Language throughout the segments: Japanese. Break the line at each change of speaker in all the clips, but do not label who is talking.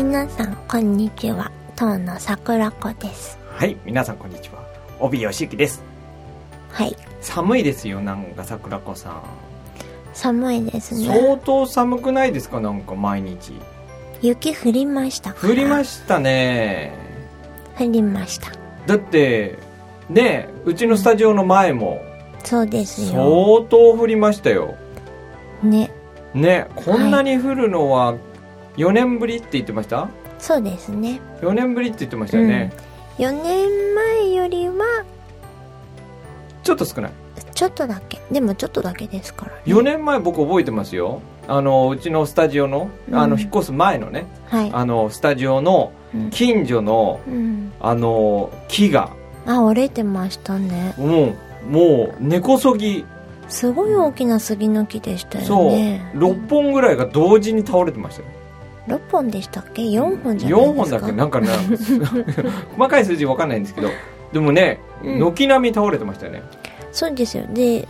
皆さんこんにちは、遠野桜子です。
はい、皆さんこんにちは、帯義行です。
はい。
寒いですよ、なんか桜子さん。
寒いですね。
相当寒くないですか？なんか毎日
雪降りましたから。
降りましたね。
降りました。
だってね、うちのスタジオの前も
そうですよ、
相当降りましたよ
ね。
こんなに降るのは4年ぶりって言ってました？
そうですね、
4年ぶりって言ってましたよね、
4年前よりは
ちょっと少ない。
ちょっとだけ、でもちょっとだけですから、ね、
4年前僕覚えてますよ。うちのスタジオの、引っ越す前のね、はい、スタジオの近所の、木が
折れてましたね。
もう根こそぎ
すごい大きな杉の木でしたよね。
そう6本ぐらいが同時に倒れてましたよ。
6本でしたっけ？4本じゃないですか？4
本だっけ？なんかね細かい数字分かんないんですけど、でもね、軒並み倒れてましたよね。そうですよ。
で、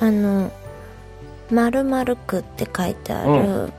丸々区って書いてある、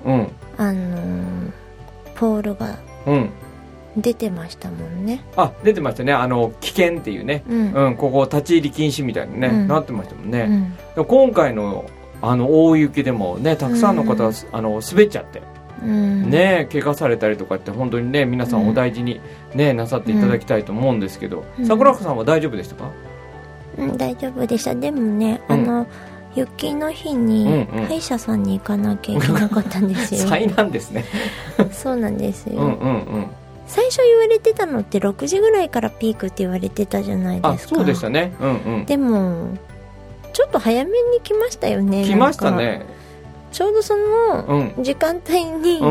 ポールが出てましたもんね。
出てましたね。危険っていうね、ここ立ち入り禁止みたいに、ね、なってましたもんね、今回の大雪でもね、たくさんの方は、滑っちゃって、ね、怪我されたりとかって、本当にね、皆さんお大事に、ね、なさっていただきたいと思うんですけど、桜子さんは大丈夫でしたか？
大丈夫でした。でもね、雪の日に歯医者さんに行かなきゃいけなかったんですよ。
災難ですね。
そうなんですよ。最初言われてたのって6時ぐらいからピークって言われてたじゃないですか。
そうでしたね、
でもちょっと早めに来ましたよね。
来ましたね。
ちょうどその時間帯に、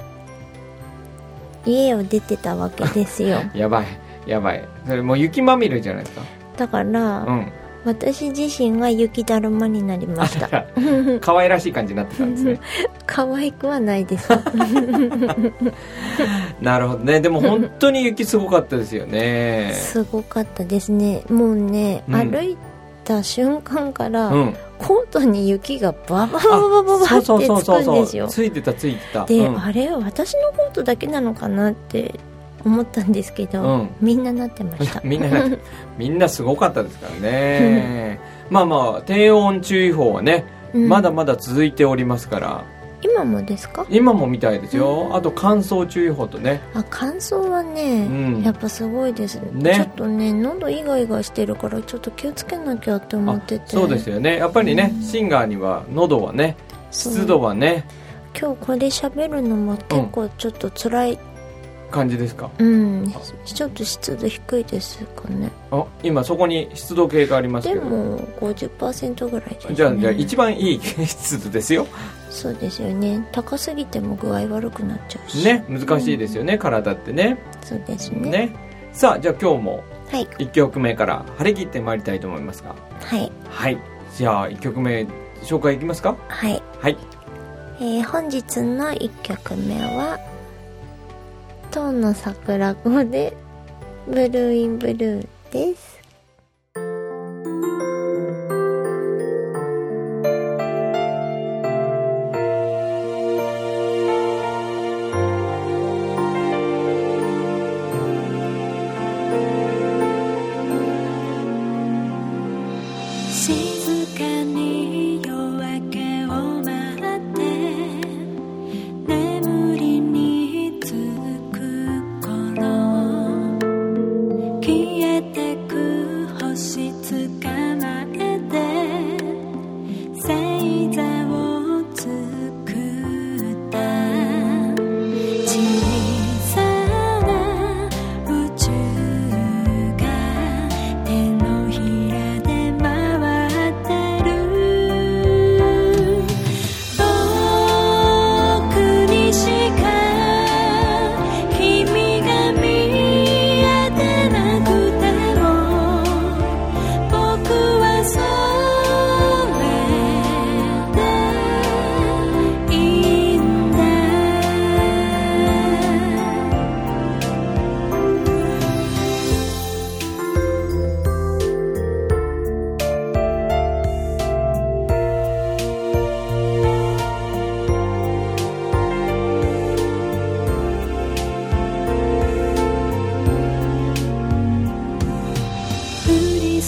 家を出てたわけですよ。
やばい。それもう雪まみれじゃないですか。
だから、私自身が雪だるまになりました。
可愛らしい感じになってたんですね。
可愛くはないです。
なるほどね。でも本当に雪すごかったですよね。
すごかったですね。もうね、歩いた瞬間から、コートに雪がババババババってつくんですよ。
ついてた。
で、あれ私のコートだけなのかなって思ったんですけど、みんななってました。
みんなすごかったですからね。まあ低温注意報はね、まだまだ続いておりますから。
今もですか？
今もみたいですよ。あと乾燥注意報とね。
乾燥はね、やっぱすごいですね。ちょっとね、喉イガイガしてるからちょっと気をつけなきゃって思ってて。
そうですよね。やっぱりね、シンガーには喉はね、湿度はね。
今日これ喋るのも結構ちょっと辛い
感じですか？
ちょっと湿度低いですかね。
今そこに湿度計がありますけど。でも
50% ぐらいですね。
じゃあ一番いい湿度ですよ。
そうですよね。高すぎても具合悪くなっちゃうし
ね、難しいですよね、体ってね。
そうですね。
さあ、じゃあ今日も1曲目から張り切ってまいりたいと思いますが、じゃあ1曲目紹介いきますか？
本日の1曲目は遠野桜子でブルーインブルーです。
静かに夜明けを待って眠りにつく頃、消えてく星捕まえて星座を作った小さな宇宙が手のひらで回ってる。僕にしか君が見えてなくて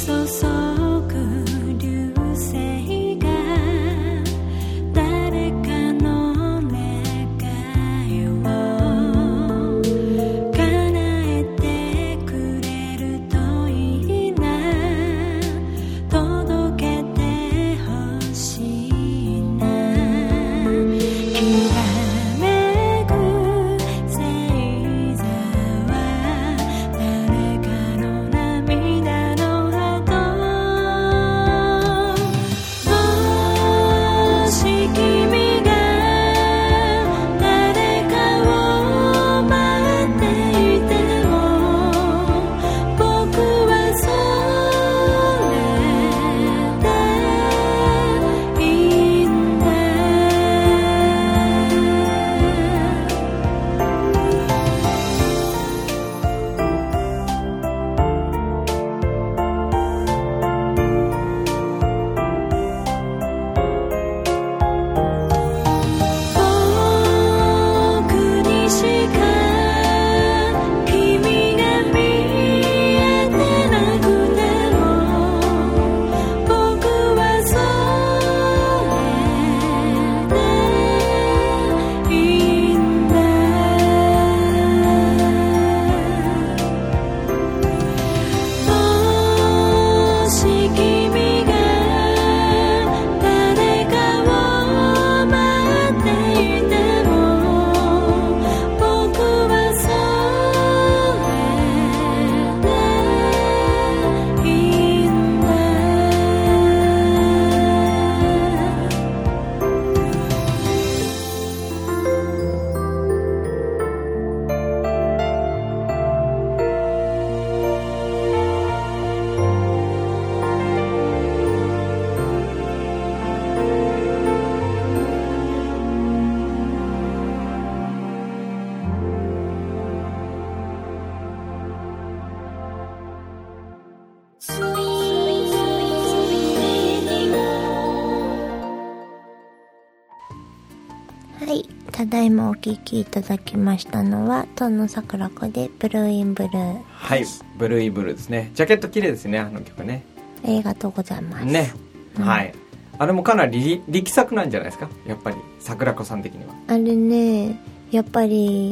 ただいまお聴きいただきましたのは遠野桜子でブルーインブルー。
はい、ブルーインブルーですね。ジャケット綺麗ですね、あの曲ね。
ありがとうございます
ね、はい。あれもかなり力作なんじゃないですか、やっぱり桜子さん的には。
あれね、やっぱり、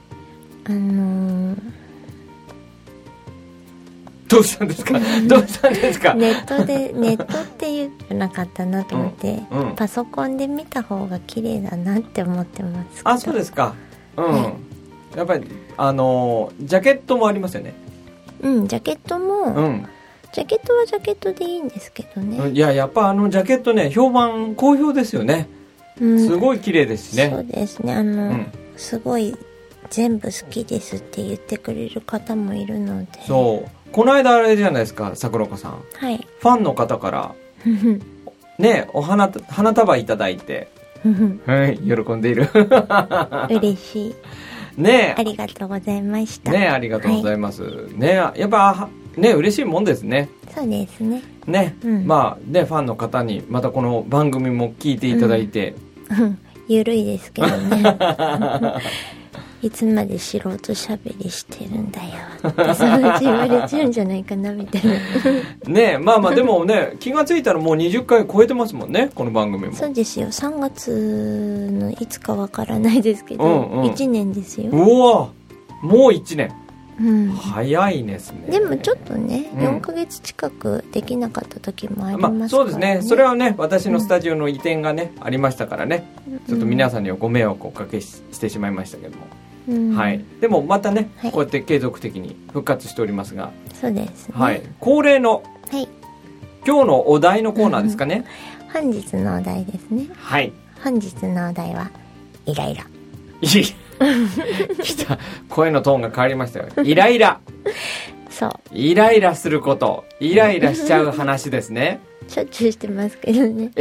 どうしたんですかどうしたんですか
ネットって言ってなかったなと思って、パソコンで見た方が綺麗だなって思ってますけど。
あ、そうですか。やっぱりジャケットもありますよね。
ジャケットも、ジャケットはジャケットでいいんですけどね。
いや、やっぱジャケットね、好評ですよね。すごい綺麗ですしね。
そうですね。すごい全部好きですって言ってくれる方もいるので。
そう。この間あれじゃないですか、桜子さん。
はい。
ファンの方からね、花束いただいて、はい、喜んでいる。
嬉しい。
ね、
ありがとうございました。
ね、ありがとうございます。ね、やっぱね、嬉しいもんですね。
そうですね。
ね、まあね、ファンの方にまたこの番組も聞いていただいて、
ゆるいですけどね。いつまで素人しゃべりしてるんだよってそのうち言われちゃうんじゃないかなみたいな。
ね、まあでもね、気がついたらもう20回超えてますもんね、この番組も。
そうですよ。3月のいつかわからないですけど、1年ですよ。
うわ、もう1年。早いですね。
でもちょっとね、4ヶ月近くできなかった時もありますからね。
そうですね。それはね、私のスタジオの移転がね、ありましたからね、ちょっと皆さんにはご迷惑をおかけしてしまいましたけども、はい。でもまたね、こうやって継続的に復活しておりますが、
そうですね。
はい。恒例の、今日のお題のコーナーですかね。
本日のお題ですね。
はい。
本日のお題はイライラ。
来た、声のトーンが変わりましたよ。イライラ。
そう。
イライラすること、イライラしちゃう話ですね。
しょっちゅうしてますけどね。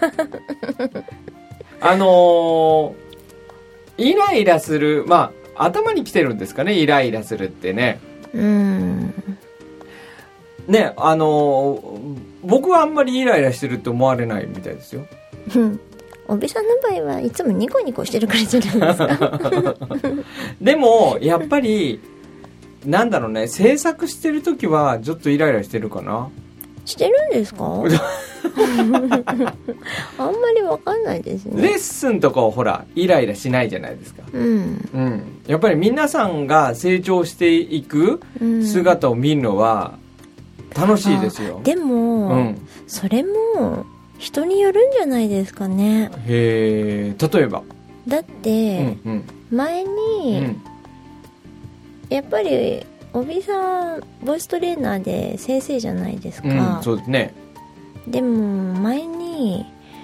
イライラする、まあ頭に来てるんですかね、イライラするってね。ね、僕はあんまりイライラしてるって思われないみたいですよ。
おびさんの場合はいつもニコニコしてるからじゃないですか。
でもやっぱりなんだろうね、制作してる時はちょっとイライラしてるかな。
してるんですか？あんまりわかんないですね。
レッスンとかをほらイライラしないじゃないですか。うん、やっぱり皆さんが成長していく姿を見るのは楽しいですよ。
でも、それも人によるんじゃないですかね。
へえ。例えば
だって、前に、やっぱりおびさんボイストレーナーで先生じゃないですか。
そうですね。
でも前に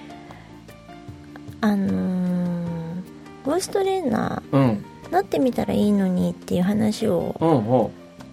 ボイストレーナー、なってみたらいいのにっていう話を、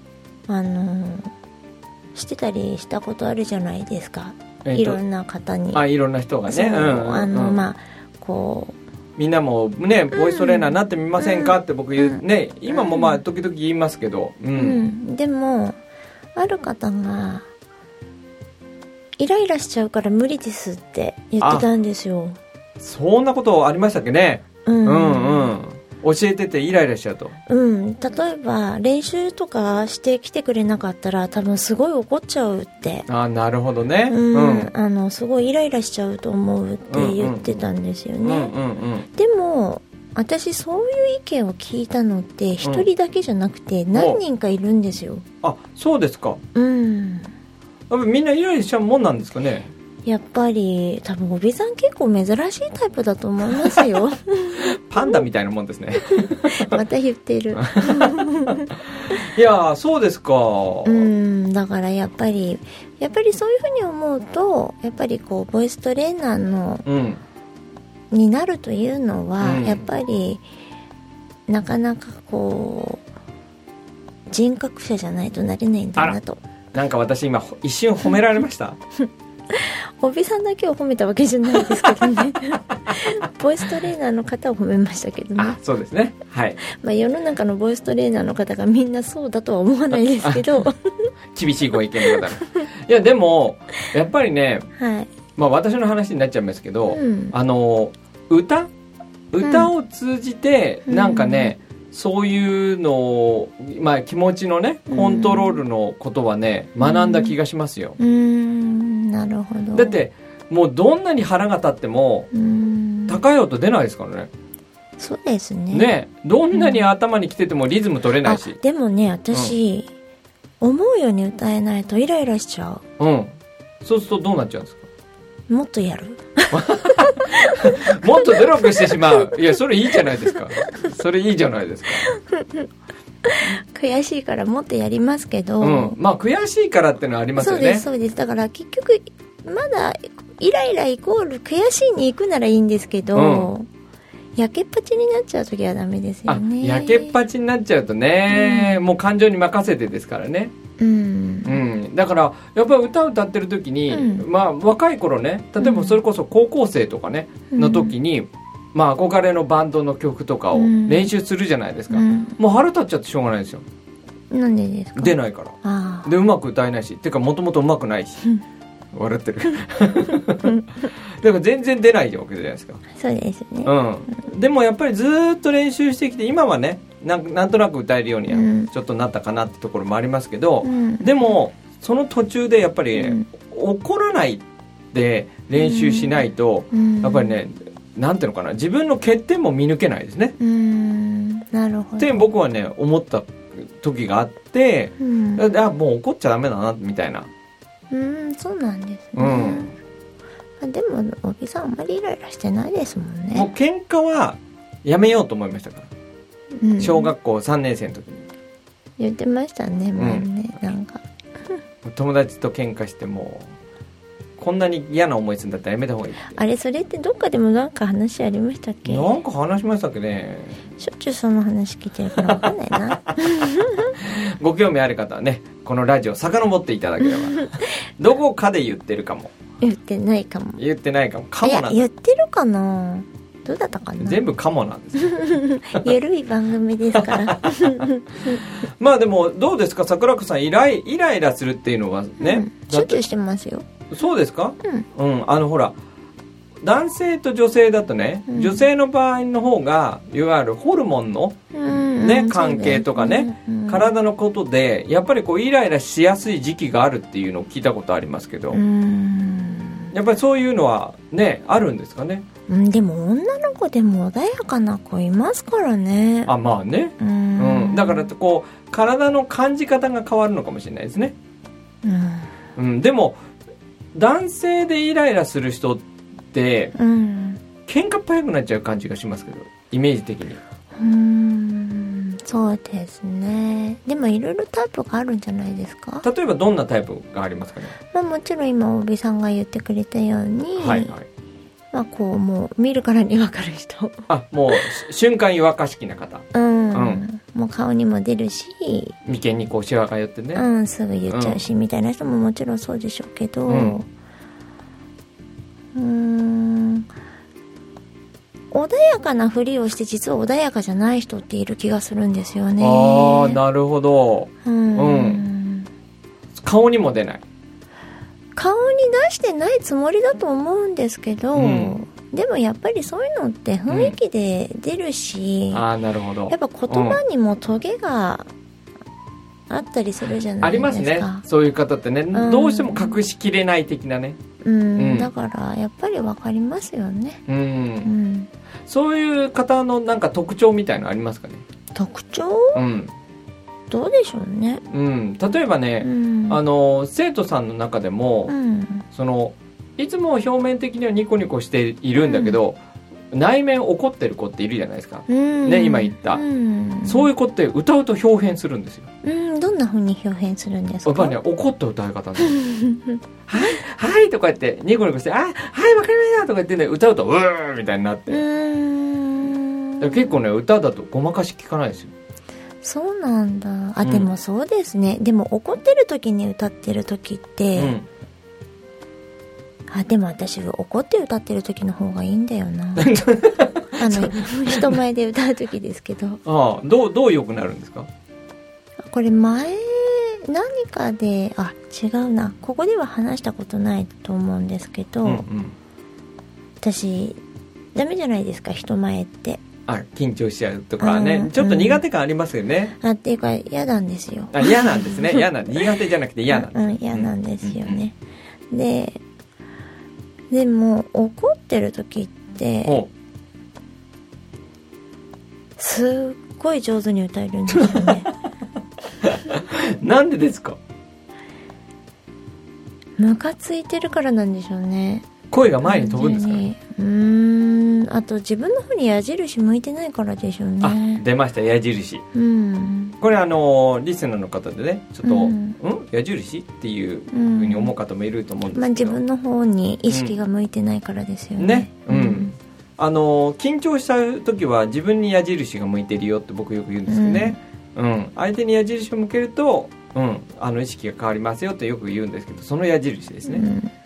してたりしたことあるじゃないですか。いろんな方に。
いろんな人がね。
こう
みんなもね、ボイストレーナーになってみませんかって僕言う、ね、今も時々言いますけど、
でもある方がイライラしちゃうから無理ですって言ってたんですよ。
そんなことありましたっけね。教えててイライラしちゃうと。例
えば練習とかしてきてくれなかったら多分すごい怒っちゃうって。
なるほどね。
すごいイライラしちゃうと思うって言ってたんですよね。でも私そういう意見を聞いたのって一人だけじゃなくて何人かいるんですよ。
そうですか。みんなイライラしちゃうもんなんですかね。
やっぱり多分おびさん結構珍しいタイプだと思いますよ。
パンダみたいなもんですね。
また言ってる。
いやそうですか。
だからやっぱりそういうふうに思うとやっぱりこうボイストレーナーの、になるというのは、やっぱりなかなかこう人格者じゃないとなれないんだなと。
なんか私今一瞬褒められました。
おびさんだけを褒めたわけじゃないですけどね。ボイストレーナーの方を褒めましたけどね。
そうですね。はい。
世の中のボイストレーナーの方がみんなそうだとは思わないですけど。
厳しいご意見の方。いやでもやっぱりね、私の話になっちゃいますけど、歌を通じてなんかね、そういうのを、気持ちのねコントロールのことはね、学んだ気がしますよ。
なるほど。
だってもうどんなに腹が立っても高い音出ないですからね。
そうですね。
ね、どんなに頭にきててもリズム取れないし。
でもね私、思うように歌えないとイライラしちゃう。
そうするとどうなっちゃうんですか？
もっとやる。
もっと努力してしまう。いやそれいいじゃないですか。それいいじゃないですか。
悔しいからもっとやりますけど、
悔しいからってのはありますよね。
そうです。だから結局まだイライライコール悔しいに行くならいいんですけど、やけっぱちになっちゃうときはダメですよね。
やけっぱちになっちゃうとね、もう感情に任せてですからね。だからやっぱり歌を歌ってる時に、若い頃ね、例えばそれこそ高校生とかね、の時に憧れのバンドの曲とかを練習するじゃないですか。もう腹立っちゃってしょうがないですよ。
なんでですか？
出ないから。でうまく歌えないし、てかもともとうまくないし。笑ってる。だから全然出ないわけじゃないですか。
そうですね。
でもやっぱりずっと練習してきて今はね、なんとなく歌えるようにはちょっとなったかなってところもありますけど、でもその途中でやっぱり、怒らないで練習しないと、やっぱりね、なんていうのかな、自分の欠点も見抜けないですね。
なるほど。
って僕はね思った時があって、もう怒っちゃダメだなみたいな。
そうなんですね。でもおびさんあんまりイライラしてないですもんね。
もう喧嘩はやめようと思いましたから、小学校3年生の時に
言ってましたね。もうね、なんか
友達と喧嘩してもこんなに嫌な思いするんだったらやめた方がいい。
あれそれってどっかでもなんか話ありましたっけ？
なんか話しましたっけね。
しょっちゅうその話聞いてるから分かんないな。
ご興味ある方はね、このラジオ遡っていただければどこかで言ってるかも。
言ってないかも。
言ってないかも。かもなんだ。
言ってるかな。どうだったかな。
全部かもなんですよ。
ゆるい番組ですから
でもどうですか、桜子さん、イライラするっていうのはね、
しょっちゅうしてますよ。
そうですか？ほら男性と女性だとね、女性の場合の方がいわゆるホルモンのね、関係とかね、体のことでやっぱりこうイライラしやすい時期があるっていうのを聞いたことありますけど、やっぱりそういうのはねあるんですかね。
でも女の子でも穏やかな子いますからね。
あ、まあね、だからこう体の感じ方が変わるのかもしれないですね。でも男性でイライラする人って、喧嘩っ早くなっちゃう感じがしますけど、イメージ的に。
そうですね。でもいろいろタイプがあるんじゃないですか。
例えばどんなタイプがありますかね。
もちろん今おびさんが言ってくれたように、こうもう見るからに分かる人。
もう瞬間湯沸かしきな方。
もう顔にも出るし、
眉間にこうシワが寄ってね、
すぐ言っちゃうし、みたいな人ももちろんそうでしょうけど、穏やかなふりをして実は穏やかじゃない人っている気がするんですよね。
ああ、なるほど。顔にも出ない。
顔に出してないつもりだと思うんですけど、でもやっぱりそういうのって雰囲気で出るし、
なるほど。
やっぱ言葉にもトゲがあったりするじゃないですか。
ありますね、そういう方ってね、どうしても隠しきれない的なね。
だからやっぱり分かりますよね。
そういう方のなんか特徴みたいなのありますかね。
特徴？どうでしょうね。
例えばね、生徒さんの中でも、いつも表面的にはニコニコしているんだけど、内面怒ってる子っているじゃないですか。ね、今言った、そういう子って歌うと表変するんですよ。
どんな風に表現するんですか。
やっぱりね、怒った歌い方ではいはいとか言ってニコニコして、はいわかりましたとか言ってね、歌うとうーみたいになって、結構ね歌だとごまかし聞かないですよ。
そうなんだ。でもそうですね。でも怒ってる時に歌ってる時って、でも私怒って歌ってる時の方がいいんだよな。人前で歌う時ですけど。
どう良くなるんですか。
これ前何かで違うな、ここでは話したことないと思うんですけど、私ダメじゃないですか、人前って。
緊張しちゃうとかね、ちょっと苦手感ありますよね。
っていうか嫌なんですよ。
嫌なんですね。苦手じゃなくて嫌なんです。
嫌なんですよね。でも怒ってる時ってすっごい上手に歌えるんですよね。
なんでですか。
ムカついてるからなんでしょうね。
声が前に飛ぶんですかね。
あと自分の方に矢印向いてないからでしょうね。
出ました、矢印。これリスナーの方でね、ちょっと矢印っていうふうに思う方もいると思うんですけど、
自分の方に意識が向いてないからですよね。
緊張しちゃう時は自分に矢印が向いてるよって僕よく言うんですけどね。相手に矢印を向けると、意識が変わりますよってよく言うんですけど、その矢印ですね。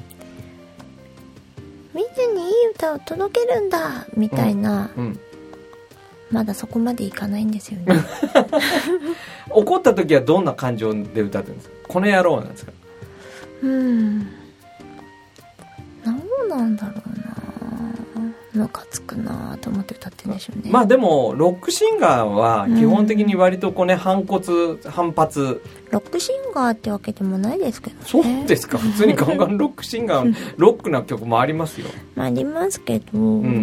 みんなにいい歌を届けるんだみたいな、まだそこまでいかないんですよね。
怒った時はどんな感情で歌ってるんですか。この野郎なんですか。
何なんだろうな、ムカつくなと思って歌ってるんでしょうね。
でもロックシンガーは基本的に割とこうね、反発。
ロックシンガーってわけでもないですけどね。
そうですか。普通にガンガンロックシンガーロックな曲もありますよ。
ありますけど、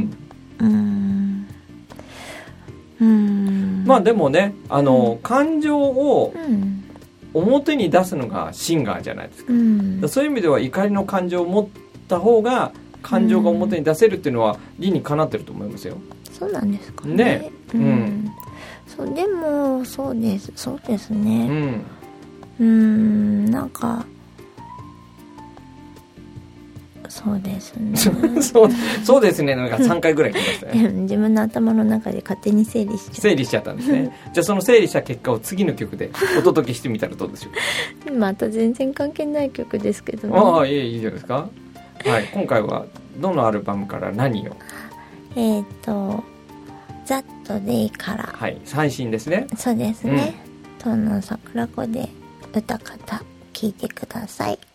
でもね、感情を表に出すのがシンガーじゃないですか。そういう意味では怒りの感情を持った方が感情が表に出せるっていうのは理にかなってると思いますよ。
そうなんですかね。でもそうですね。なんかそうですね。
そうですね。なんか3回ぐらい来ましたね。
自分の頭の中で勝手に整理し
ちゃったんですね。じゃあその整理した結果を次の曲でお届けしてみたらどうでしょうか。
また全然関係ない曲ですけどね。
いいじゃないですか。今回はどのアルバムから何を。
That Day から。
最新ですね。
そうですね。東南桜子で歌方聴いてください。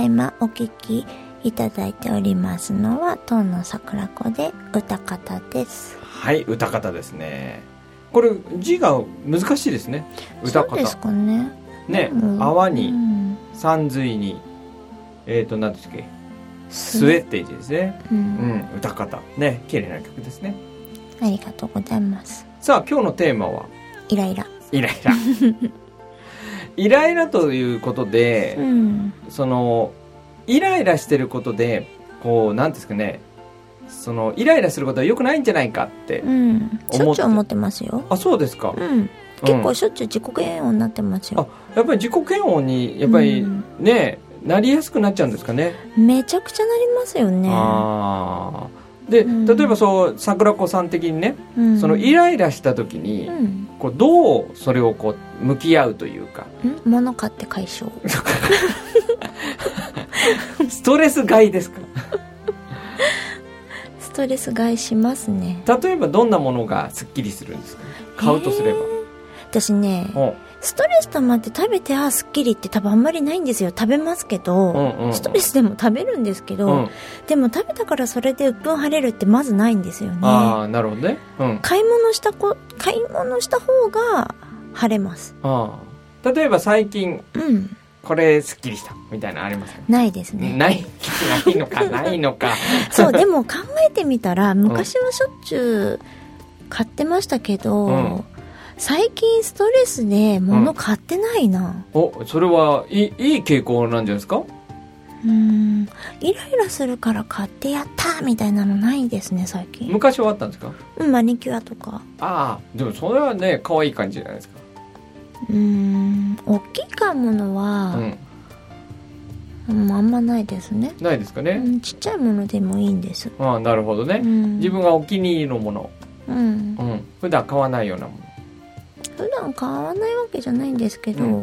今お聞きいただいておりますのは遠野桜子で歌方です。
はい、歌方ですね。これ字が難しいですね。歌方。
そうですかね。
ね、泡に、山水に何ですっけ、末って字ですね。歌方ね、綺麗な曲ですね。
ありがとうございます。
さあ今日のテーマは
イライラ。
イライライライラということで、そのイライラしてることでこうなんですかね、そのイライラすることは良くないんじゃないかって
しょっちゅう思ってますよ。
あ、そうですか。
結構しょっちゅう自己嫌悪になってますよ。
あ、やっぱり自己嫌悪にやっぱりね、なりやすくなっちゃうんですかね。
めちゃくちゃなりますよね。
で、例えばそう桜子さん的にね、そのイライラした時に、こうどうそれをこう向き合うというか、
物買って解消
ストレス買いですか？
ストレス買いしますね。
例えばどんなものがすっきりするんですか？買うとすれば。
私ね、ストレス溜まって食べてすっきりって多分あんまりないんですよ。食べますけど、ストレスでも食べるんですけど、でも食べたからそれで鬱憤晴れるってまずないんですよね。
ああ、なるほどね。
買い物した方が晴れます。
例えば最近、これすっきりしたみたいなのありますか？
ないですね。
ないのかないのか
そう、でも考えてみたら昔はしょっちゅう買ってましたけど、最近ストレスで物買ってないな。
それはいい傾向なんじゃないですか？
イライラするから買ってやったみたいなのないですね最近。
昔はあったんですか？
マニキュアとか。
でもそれはね可愛い感じじゃないですか。
大きい買うものは、あんまないですね。
ないですかね。
ちっちゃいものでもいいんです。
なるほどね。自分がお気に入りのもの、普段買わないようなもの。
普段買わないわけじゃないんですけど、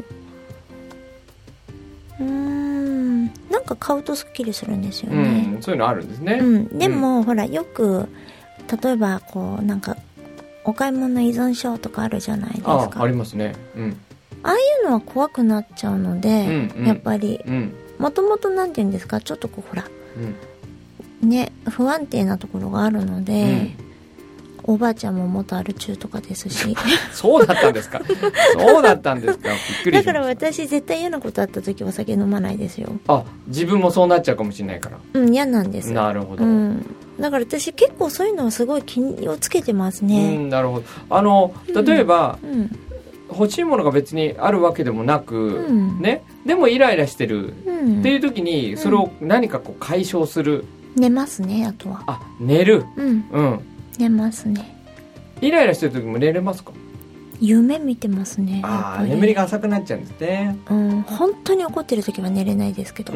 なんか買うとすっきりするんですよね。
そういうのあるんですね。
でも、ほらよく例えばこうなんかお買い物依存症とかあるじゃないですか。
ありますね。
ああいうのは怖くなっちゃうので、やっぱりもともとなんていうんですか、ちょっとこうほら、ね、不安定なところがあるので、おばあちゃんも元アル中とかですし
そうだったんですか？そうだったんですか？びっくりしました。
だから私絶対嫌なことあった時は酒飲まないですよ。
自分もそうなっちゃうかもしれないから。
嫌なんです。
なるほど。
だから私結構そういうのはすごい気をつけてますね。
なるほど。例えば、欲しいものが別にあるわけでもなく、ね、でもイライラしてるっていう時にそれを何かこう解消する。
寝ますね。あとは
寝る。
寝ますね。
イライラしてる時も寝れますか？
夢見てますね。
眠りが浅くなっちゃうんですね。
本当に怒ってる時は寝れないですけど、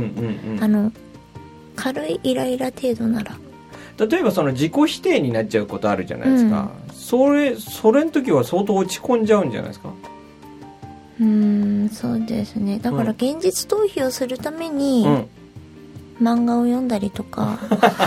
軽いイライラ程度なら。
例えばその自己否定になっちゃうことあるじゃないですか。それの時は相当落ち込んじゃうんじゃないですか？
そうですね。だから現実逃避をするために、漫画を読んだりとか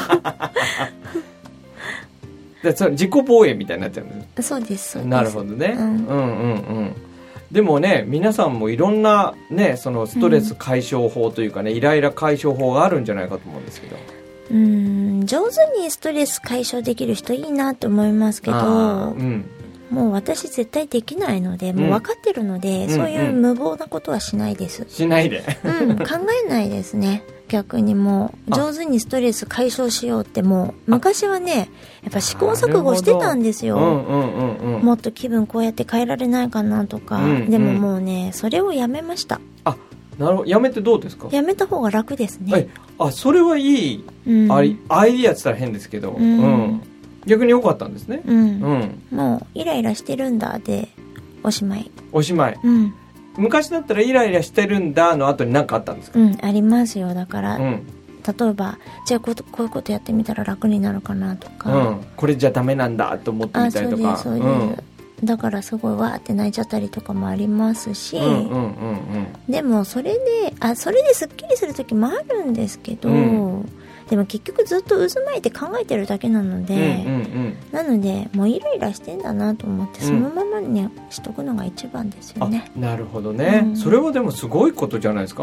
それ自己防衛みたいになっちゃうんです。
そうです。
なるほどね。でもね、皆さんもいろんなね、そのストレス解消法というかね、イライラ解消法があるんじゃないかと思うんですけど。
上手にストレス解消できる人いいなと思いますけど、もう私絶対できないので、もう分かってるので、そういう無謀なことはしないです。
しないで。
考えないですね。逆にもう上手にストレス解消しようってもう昔はねやっぱ試行錯誤してたんですよ。もっと気分こうやって変えられないかなとか、でももうねそれをやめました。
なるほど。やめてどうですか？や
めた方が楽ですね。
それはいい、アイディアって言ったら変ですけど、逆に良かったんですね。
もうイライラしてるんだでおしまい。
昔だったらイライラしてるんだの後に何かあったんですか？
ありますよ。だから、例えばじゃあこういうことやってみたら楽になるかなとか、
これじゃダメなんだと思ってみたりとか。
そうです。だからすごいわーって泣いちゃったりとかもありますし、でもそれですっきりする時もあるんですけど、でも結局ずっと渦巻いて考えてるだけなので、なのでもうイライラしてんだなと思ってそのままにしとくのが一番ですよね。
なるほどね。それはでもすごいことじゃないですか？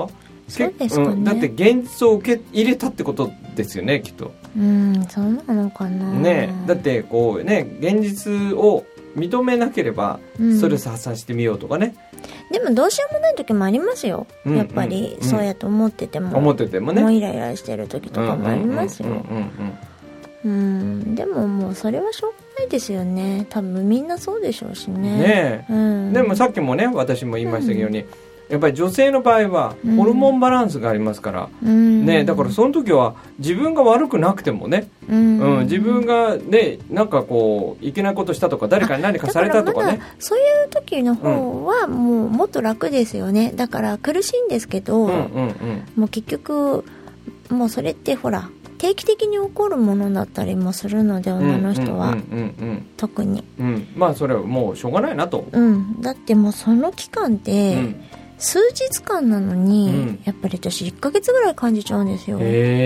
そうですかね、
だって現実を受け入れたってことですよね、きっと。
そうなのかな。
ね、だってこうね、現実を認めなければストレス発散してみようとかね、
でもどうしようもない時もありますよ、やっぱり、そうやって思っててもね、もうイライラしてる時とかもありますよ。でももうそれはしょうがないですよね、多分みんなそうでしょうしね。
でもさっきもね、私も言いましたように、やっぱり女性の場合はホルモンバランスがありますから、ね、だからその時は自分が悪くなくてもね、自分がね、なんかこういけないことしたとか、誰かに何かされたとかね、
そういう時の方はもっと楽ですよね。だから苦しいんですけど、もう結局もうそれってほら定期的に起こるものだったりもするので、女の人は特に、
まあそれはもうしょうがないなと、
だってもうその期間って、数日間なのに、やっぱり私1ヶ月ぐらい感じちゃうんですよ。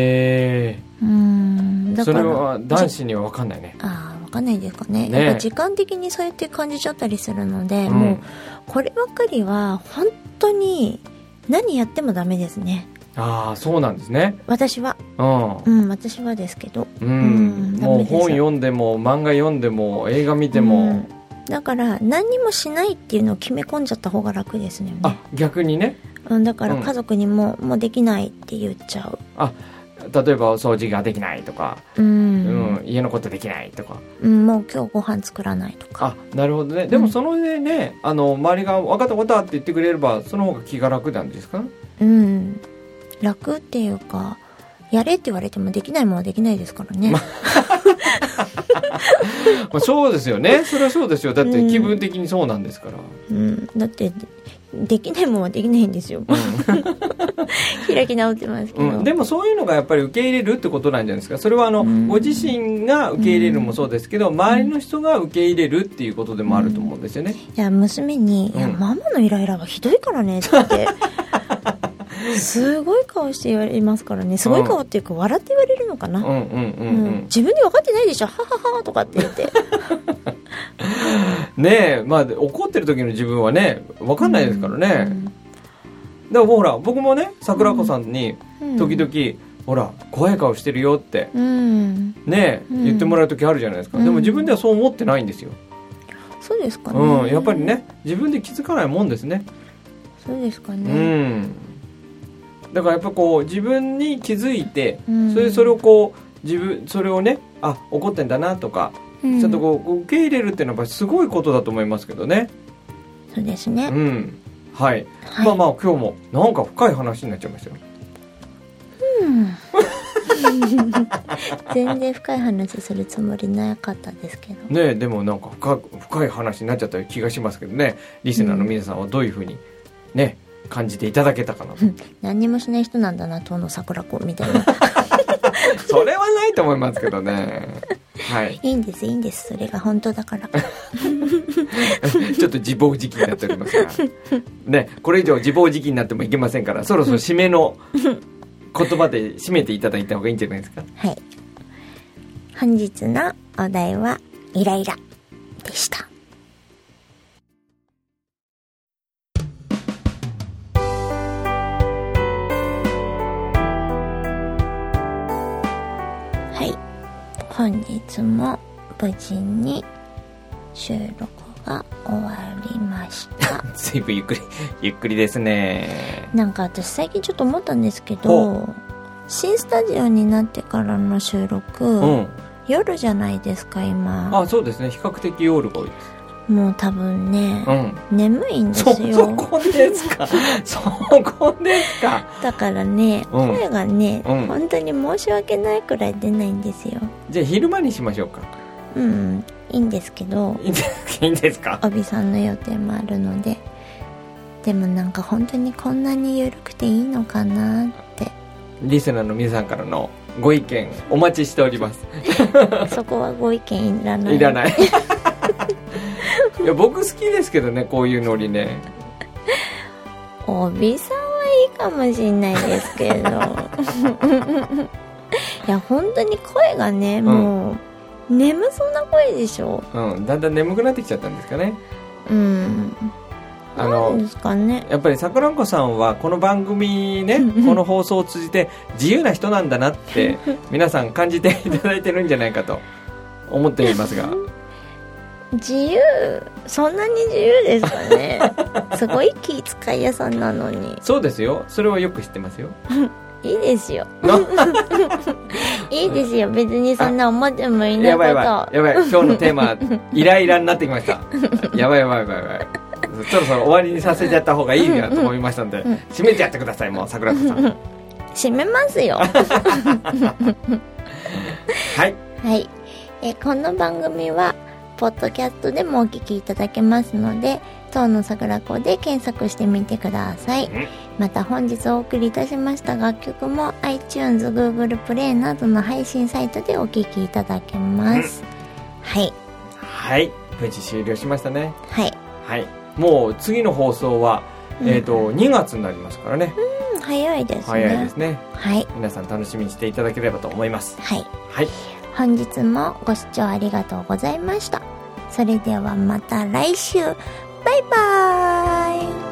だから
それは男子には分かんないね。
分かんないですかね。やっぱ時間的にそうやって感じちゃったりするので、もうこればっかりは本当に何やってもダメですね。
そうなんですね。
私は私はですけど、
もう本読んでも漫画読んでも映画見ても、
だから何にもしないっていうのを決め込んじゃった方が楽ですね。
逆にね、
だから家族にも、もうできないって言っちゃう。
例えばお掃除ができないとか、家のことできないとか、
もう今日ご飯作らないとか。
なるほどね。でもそのね、周りが分かった分かったって言ってくれればその方が気が楽なんですか？
楽っていうか、やれって言われてもできないものはできないですからね。
そうですよね。それはそうですよ。だって気分的にそうなんですから。
だってできないものはできないんですよ。開き直ってますけど、
でもそういうのがやっぱり受け入れるってことなんじゃないですか。それはご自身が受け入れるもそうですけど、周りの人が受け入れるっていうことでもあると思うんですよね。
いや娘に、いやママのイライラはひどいからねって言ってすごい顔して言われますからね。すごい顔っていうか、笑って言われるのかな。自分で分かってないでしょ、はははとかって言って
ねえ、まあ怒ってる時の自分はね分かんないですからね。だからほら僕もね、桜子さんに時々、ほら怖い顔してるよってね言ってもらう時あるじゃないですか。でも自分ではそう思ってないんですよ。
そうですかね。
やっぱりね、自分で気づかないもんですね。
そうですかね。
だからやっぱこう自分に気づいて、それをこうそれをね、怒ってんだなとか、ちゃんとこう受け入れるっていうのはやっぱすごいことだと思いますけどね。
そうですね。
はい。まあ今日もなんか深い話になっちゃいましたよ。
全然深い話するつもりなかったですけど
ね。でもなんか深い話になっちゃった気がしますけどね。リスナーの皆さんはどういうふうにね感じていただけたかなと。
何にもしない人なんだな、遠野桜子みたいな
それはないと思いますけどね。い
いんですそれが本当だから
ちょっと自暴自棄になっておりますがね、これ以上自暴自棄になってもいけませんから、そろそろ締めの言葉で締めていただいた方がいいんじゃないですか。
本日のお題はイライラでした。本日も無事に収録が終わりました
随分ゆっくりですね。
なんか私最近ちょっと思ったんですけど、新スタジオになってからの収録、夜じゃないですか今。
そうですね、比較的夜が多いです。
もう多分ね、眠いんですよ。
そこですかそこですか。
だからね、声がね、本当に申し訳ないくらい出ないんですよ。
じゃあ昼間にしましょうか。
いいんですけど。
いいんですか。
帯さんの予定もあるので。でもなんか本当にこんなに緩くていいのかなって。
リスナーの皆さんからのご意見お待ちしております
そこはご意見いらない。
いらないいや僕好きですけどね、こういうノリね。
帯さんはいいかもしれないですけどいや本当に声がね、もう眠そうな声でしょ。
だんだん眠くなってきちゃったんですかね。
なんですかね、
やっぱりさくらんこさんはこの番組ねこの放送を通じて自由な人なんだなって皆さん感じていただいてるんじゃないかと思っていますが
自由、そんなに自由ですかねすごい気遣い屋さんなのに。
そうですよ、それはよく知ってますよ
いいですよいいですよ、別にそんな思ってもいないこと。
やばい今日のテーマイライラになってきましたやばいそろそろ終わりにさせちゃった方がいいなと思いましたので、締めてやってください。もうさくらこさん
締めますよ
はい
はい、この番組はポッドキャストでもお聞きいただけますので、当の桜子で検索してみてください。また本日お送りいたしました楽曲も iTunes、Google プレイなどの配信サイトでお聞きいただけます。はい
無事終了しましたね。
はい、
もう次の放送は、2月になりますからね。
早いですね。
早いですね。
はい、
皆さん楽しみにしていただければと思います。
はい、
はい、
本日もご視聴ありがとうございました。それではまた来週、バイバーイ。